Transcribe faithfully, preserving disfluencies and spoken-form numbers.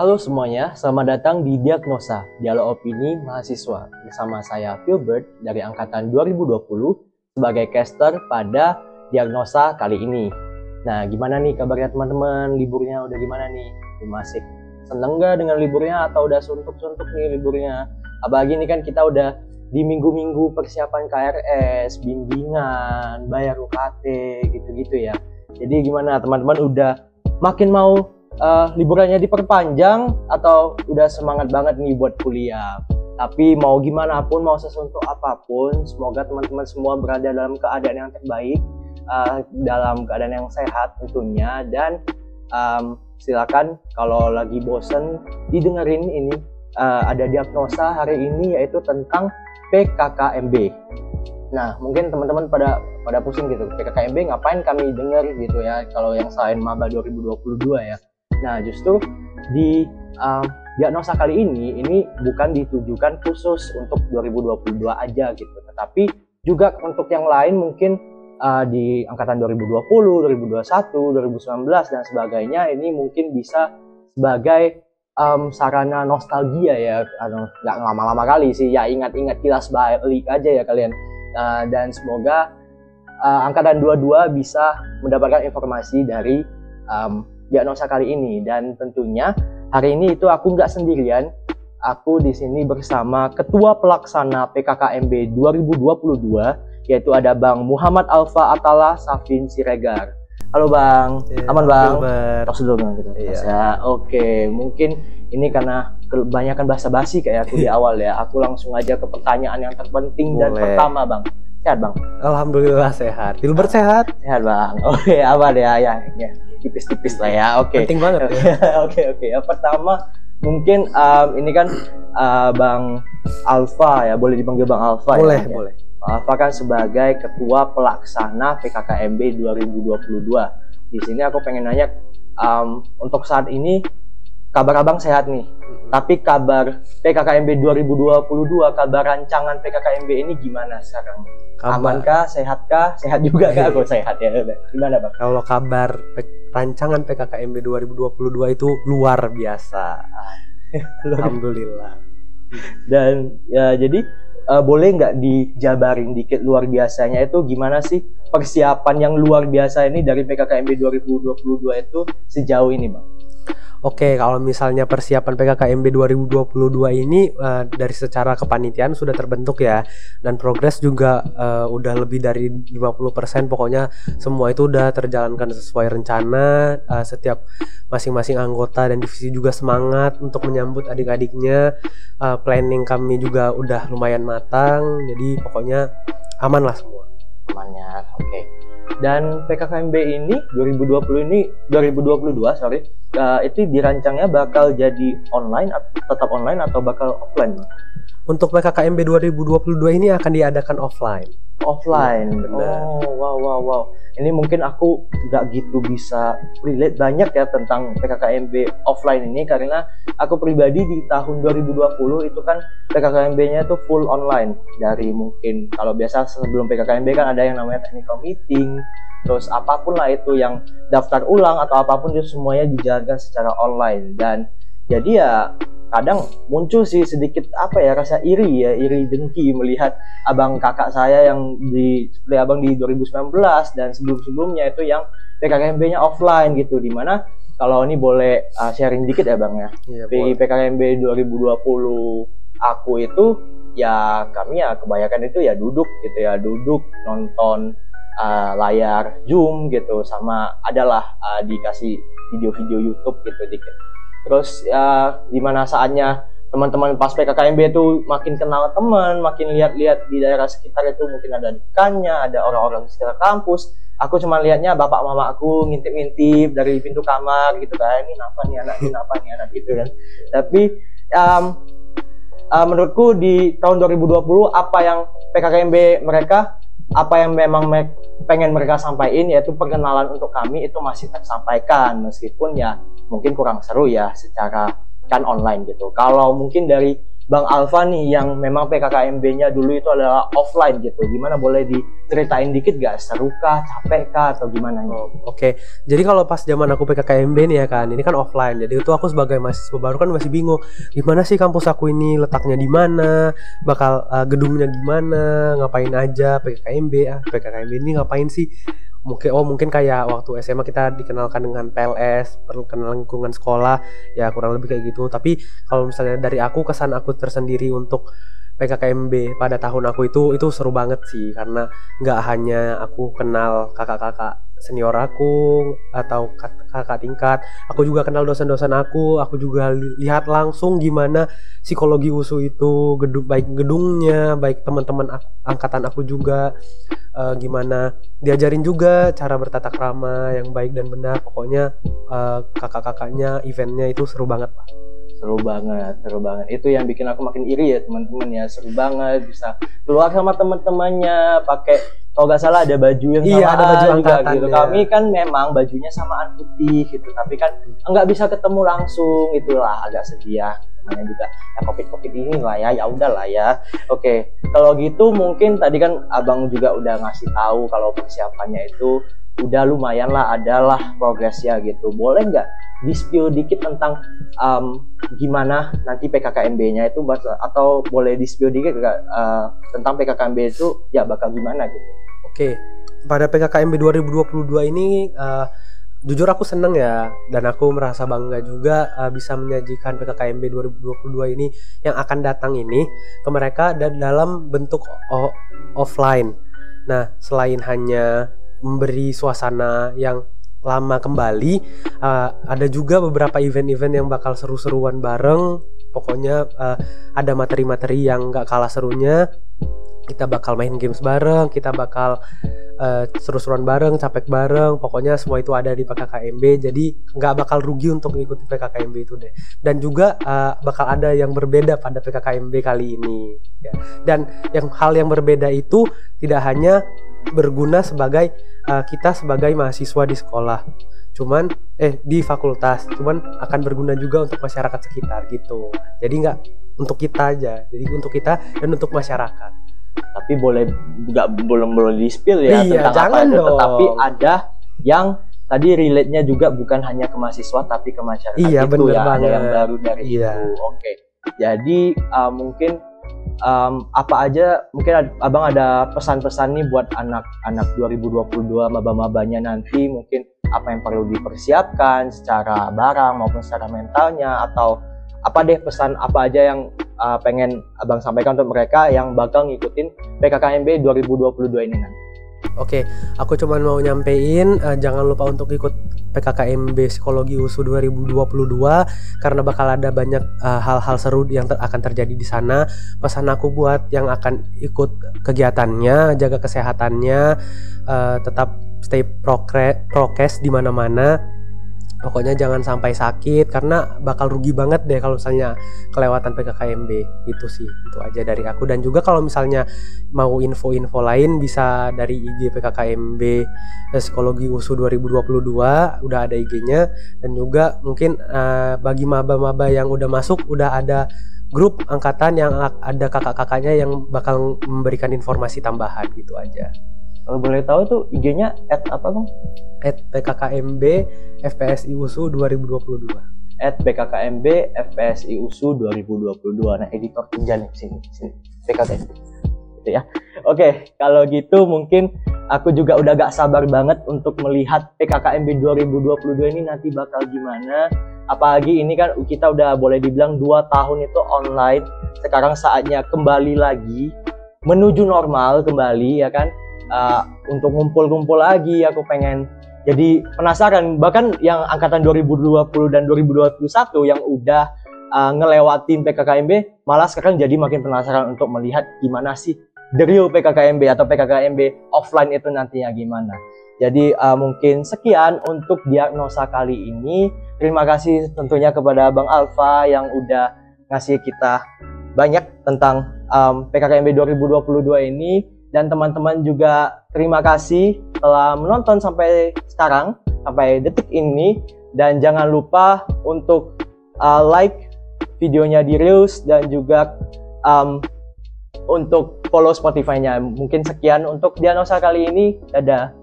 Halo semuanya, selamat datang di Diagnosa, Dialog Opini Mahasiswa. Bersama saya Philbert dari Angkatan dua ribu dua puluh sebagai caster pada Diagnosa kali ini. Nah, gimana nih kabarnya teman-teman? Liburnya udah gimana nih? Masih seneng gak dengan liburnya atau udah suntuk-suntuk nih liburnya? Apalagi nih kan kita udah di minggu-minggu persiapan K R S, bimbingan, bayar U K T, gitu-gitu ya. Jadi gimana teman-teman, udah makin mau Uh, liburannya diperpanjang atau udah semangat banget nih buat kuliah? Tapi mau gimana pun, mau sesuntuk apapun, semoga teman-teman semua berada dalam keadaan yang terbaik, uh, dalam keadaan yang sehat tentunya. Dan um, silakan kalau lagi bosen didengerin ini, uh, ada diagnosa hari ini yaitu tentang P K K M B. Nah, mungkin teman-teman pada pada pusing gitu, P K K M B ngapain kami denger gitu ya, kalau yang selain Maba dua ribu dua puluh dua ya. Nah, justru di um, diagnosa kali ini, ini bukan ditujukan khusus untuk dua ribu dua puluh dua aja gitu, tetapi juga untuk yang lain mungkin uh, di angkatan dua ribu dua puluh, dua ribu dua puluh satu, dua ribu sembilan belas dan sebagainya, ini mungkin bisa sebagai um, sarana nostalgia ya, nggak lama-lama kali sih, ya ingat-ingat kilas balik aja ya kalian. Uh, dan semoga uh, angkatan dua puluh dua bisa mendapatkan informasi dari um, diagnosa kali ini. Dan tentunya hari ini itu aku nggak sendirian, aku di sini bersama Ketua Pelaksana P K K M B dua ribu dua puluh dua, yaitu ada Bang Muhammad Alfa Atala Safin Siregar. Halo Bang, ya, aman Bang? Tos dulu Bang gitu. Iya. Ya, oke, mungkin ini karena kebanyakan basa-basi kayak aku di awal ya, aku langsung aja ke pertanyaan yang terpenting. Boleh. Dan pertama Bang, sehat Bang? Alhamdulillah sehat. Philbert sehat? Sehat Bang. Oke, aman ya, ya, ya. Tipis-tipis lah ya. Oke. Penting banget. Oke, oke. Yang pertama mungkin um, ini kan uh, Bang Alfa ya, boleh dipanggil Bang Alfa ya? Boleh, boleh. Bang Alfa kan sebagai Ketua Pelaksana P K K M B dua ribu dua puluh dua. Di sini aku pengen nanya, um, untuk saat ini kabar Abang sehat nih. Mm-hmm. Tapi kabar P K K M B dua ribu dua puluh dua, kabar rancangan P K K M B ini gimana sekarang? Kabar. Amankah? Sehatkah? Sehat juga kah? Aku sehat ya. Gimana Bang? Kalau kabar pe- rancangan P K K M B dua ribu dua puluh dua itu luar biasa. Alhamdulillah. Dan ya jadi uh, boleh nggak dijabarin dikit luar biasanya itu gimana sih persiapan yang luar biasa ini dari P K K M B dua ribu dua puluh dua itu sejauh ini Bang? Oke, kalau misalnya persiapan P K K M B dua ribu dua puluh dua ini uh, dari secara kepanitiaan sudah terbentuk ya, dan progres juga uh, udah lebih dari lima puluh persen. Pokoknya semua itu udah terjalankan sesuai rencana. Uh, setiap masing-masing anggota dan divisi juga semangat untuk menyambut adik-adiknya. Uh, planning kami juga udah lumayan matang, jadi pokoknya aman lah semua. Amannya, oke. Okay. Dan P K K M B ini dua ribu dua puluh ini dua ribu dua puluh dua sorry uh, itu dirancangnya bakal jadi online, tetap online atau bakal offline? Untuk P K K M B dua ribu dua puluh dua ini akan diadakan offline. Offline. Ya, oh wow wow wow. Ini mungkin aku nggak gitu bisa relate banyak ya tentang P K K M B offline ini, karena aku pribadi di tahun dua ribu dua puluh itu kan P K K M B-nya itu full online. Dari mungkin kalau biasa sebelum P K K M B kan ada yang namanya technical meeting, terus apapun lah itu yang daftar ulang atau apapun itu semuanya dijalankan secara online. Dan jadi ya kadang muncul sih sedikit apa ya, rasa iri ya, iri dengki melihat abang kakak saya yang di seperti abang di dua ribu sembilan belas dan sebelum-sebelumnya itu yang P K K M B-nya offline gitu. Dimana kalau ini boleh uh, sharing dikit ya Bang ya, iya, di P K K M B dua ribu dua puluh aku itu ya kami ya kebanyakan itu ya duduk gitu ya, duduk nonton uh, layar Zoom gitu, sama adalah uh, dikasih video-video YouTube gitu dikit. Terus ya dimana saatnya teman-teman pas P K K M B itu makin kenal teman, makin lihat-lihat di daerah sekitar itu mungkin ada dekannya, ada orang-orang di sekitar kampus. Aku cuma lihatnya bapak mama aku ngintip-ngintip dari pintu kamar gitu kan, ini apa nih anak, ini apa nih anak gitu kan. Tapi um, uh, menurutku di tahun dua ribu dua puluh apa yang P K K M B mereka, apa yang memang me- pengen mereka sampaikan yaitu perkenalan untuk kami itu masih tersampaikan, meskipun ya mungkin kurang seru ya secara kan online gitu. Kalau mungkin dari Bang Alfa nih yang memang P K K M B-nya dulu itu adalah offline gitu. Gimana, boleh diceritain dikit gak? Seru kah? Capek kah? Atau gimana? Oh, Oke, okay. Jadi kalau pas zaman aku P K K M B nih ya kan, ini kan offline. Jadi itu aku sebagai mahasiswa baru kan masih bingung, gimana sih kampus aku ini, letaknya di mana, bakal uh, gedungnya gimana, ngapain aja P K K M B, ah P K K M B ini ngapain sih? Mungkin oh mungkin kayak waktu S M A kita dikenalkan dengan P L S, perkenalan lingkungan sekolah, ya kurang lebih kayak gitu. Tapi kalau misalnya dari aku, kesan aku tersendiri untuk P K K M B pada tahun aku itu itu seru banget sih, karena nggak hanya aku kenal kakak-kakak senior aku atau kakak tingkat, aku juga kenal dosen-dosen aku, aku juga lihat langsung gimana psikologi U S U itu, gedung, baik gedungnya, baik teman-teman angkatan aku juga, uh, gimana diajarin juga cara bertata krama yang baik dan benar. Pokoknya uh, kakak-kakaknya, eventnya itu seru banget Pak. Seru banget, seru banget. Itu yang bikin aku makin iri ya teman-teman ya. Seru banget bisa keluar sama teman-temannya pakai, kalau nggak salah ada baju yang iya, samaan ada baju juga gitu. ya. Kami kan memang bajunya samaan putih gitu, tapi kan nggak bisa ketemu langsung, itulah agak sedih ya. Namanya juga ya covid-covid ini lah ya, ya udah lah ya. Oke, kalau gitu mungkin tadi kan abang juga udah ngasih tahu kalau persiapannya itu udah lumayan lah, adalah progresnya gitu. Boleh nggak di-spill dikit tentang um, gimana nanti P K K M B-nya itu, atau boleh di-spill dikit gak, uh, tentang P K K M B itu ya bakal gimana gitu? Oke, pada P K K M B dua ribu dua puluh dua ini uh, jujur aku seneng ya, dan aku merasa bangga juga uh, bisa menyajikan P K K M B dua ribu dua puluh dua ini yang akan datang ini ke mereka dan dalam bentuk o- offline. Nah, selain hanya memberi suasana yang lama kembali, uh, ada juga beberapa event-event yang bakal seru-seruan bareng. Pokoknya uh, ada materi-materi yang gak kalah serunya. Kita bakal main games bareng, kita bakal uh, seru-seruan bareng, capek bareng. Pokoknya semua itu ada di P K K M B. Jadi gak bakal rugi untuk mengikuti P K K M B itu deh. Dan juga uh, bakal ada yang berbeda pada P K K M B kali ini ya. Dan yang hal yang berbeda itu tidak hanya berguna sebagai uh, kita sebagai mahasiswa di sekolah, cuman eh di fakultas, cuman akan berguna juga untuk masyarakat sekitar gitu. Jadi nggak untuk kita aja, jadi untuk kita dan untuk masyarakat. Tapi boleh nggak, belum boleh di spill ya iya, tentang jangan apa itu, dong. Tetapi ada yang tadi relate-nya juga bukan hanya ke mahasiswa tapi ke masyarakat. Iya, itu ya, banget. Ada yang baru dari iya. itu. Oke, jadi uh, mungkin Um, apa aja, mungkin ad, abang ada pesan-pesan nih buat anak-anak dua ribu dua puluh dua, maba-mabanya nanti, mungkin apa yang perlu dipersiapkan secara barang maupun secara mentalnya, atau apa deh pesan apa aja yang uh, pengen abang sampaikan untuk mereka yang bakal ngikutin P K K M B dua ribu dua puluh dua ini nanti. Oke, aku cuma mau nyampein uh, jangan lupa untuk ikut P K K M B Psikologi U S U dua ribu dua puluh dua karena bakal ada banyak uh, hal-hal seru yang ter- akan terjadi di sana. Pesan aku buat yang akan ikut kegiatannya, jaga kesehatannya, uh, tetap stay prokre- prokes di mana-mana. Pokoknya jangan sampai sakit karena bakal rugi banget deh kalau misalnya kelewatan P K K M B. Itu sih, itu aja dari aku. Dan juga kalau misalnya mau info-info lain bisa dari I G P K K M B Psikologi U S U dua ribu dua puluh dua, udah ada I G-nya. Dan juga mungkin uh, bagi maba-maba yang udah masuk, udah ada grup angkatan yang ada kakak-kakaknya yang bakal memberikan informasi tambahan gitu aja. Kalau boleh tahu tuh I G-nya at apa bang? At P K K M B F P S I U S U dua ribu dua puluh dua. At P K K M B F P S I U S U dua ribu dua puluh dua. Nah, editor pinjam nih sini, sini. P K K M B. Gitu ya. Oke, kalau gitu mungkin aku juga udah gak sabar banget untuk melihat P K K M B dua ribu dua puluh dua ini nanti bakal gimana. Apalagi ini kan kita udah boleh dibilang dua tahun itu online. Sekarang saatnya kembali lagi menuju normal kembali ya kan. Uh, untuk ngumpul-ngumpul lagi, aku pengen jadi penasaran. Bahkan yang angkatan dua ribu dua puluh dan dua ribu dua puluh satu yang udah uh, ngelewatin P K K M B, malah sekarang jadi makin penasaran untuk melihat gimana sih the real P K K M B atau P K K M B offline itu nantinya gimana. Jadi uh, mungkin sekian untuk diagnosa kali ini. Terima kasih tentunya kepada Bang Alfa yang udah ngasih kita banyak tentang um, P K K M B dua ribu dua puluh dua ini. Dan teman-teman juga terima kasih telah menonton sampai sekarang, sampai detik ini. Dan jangan lupa untuk uh, like videonya di Reels, dan juga um, untuk follow Spotify-nya. Mungkin sekian untuk Diagnosa kali ini. Dadah.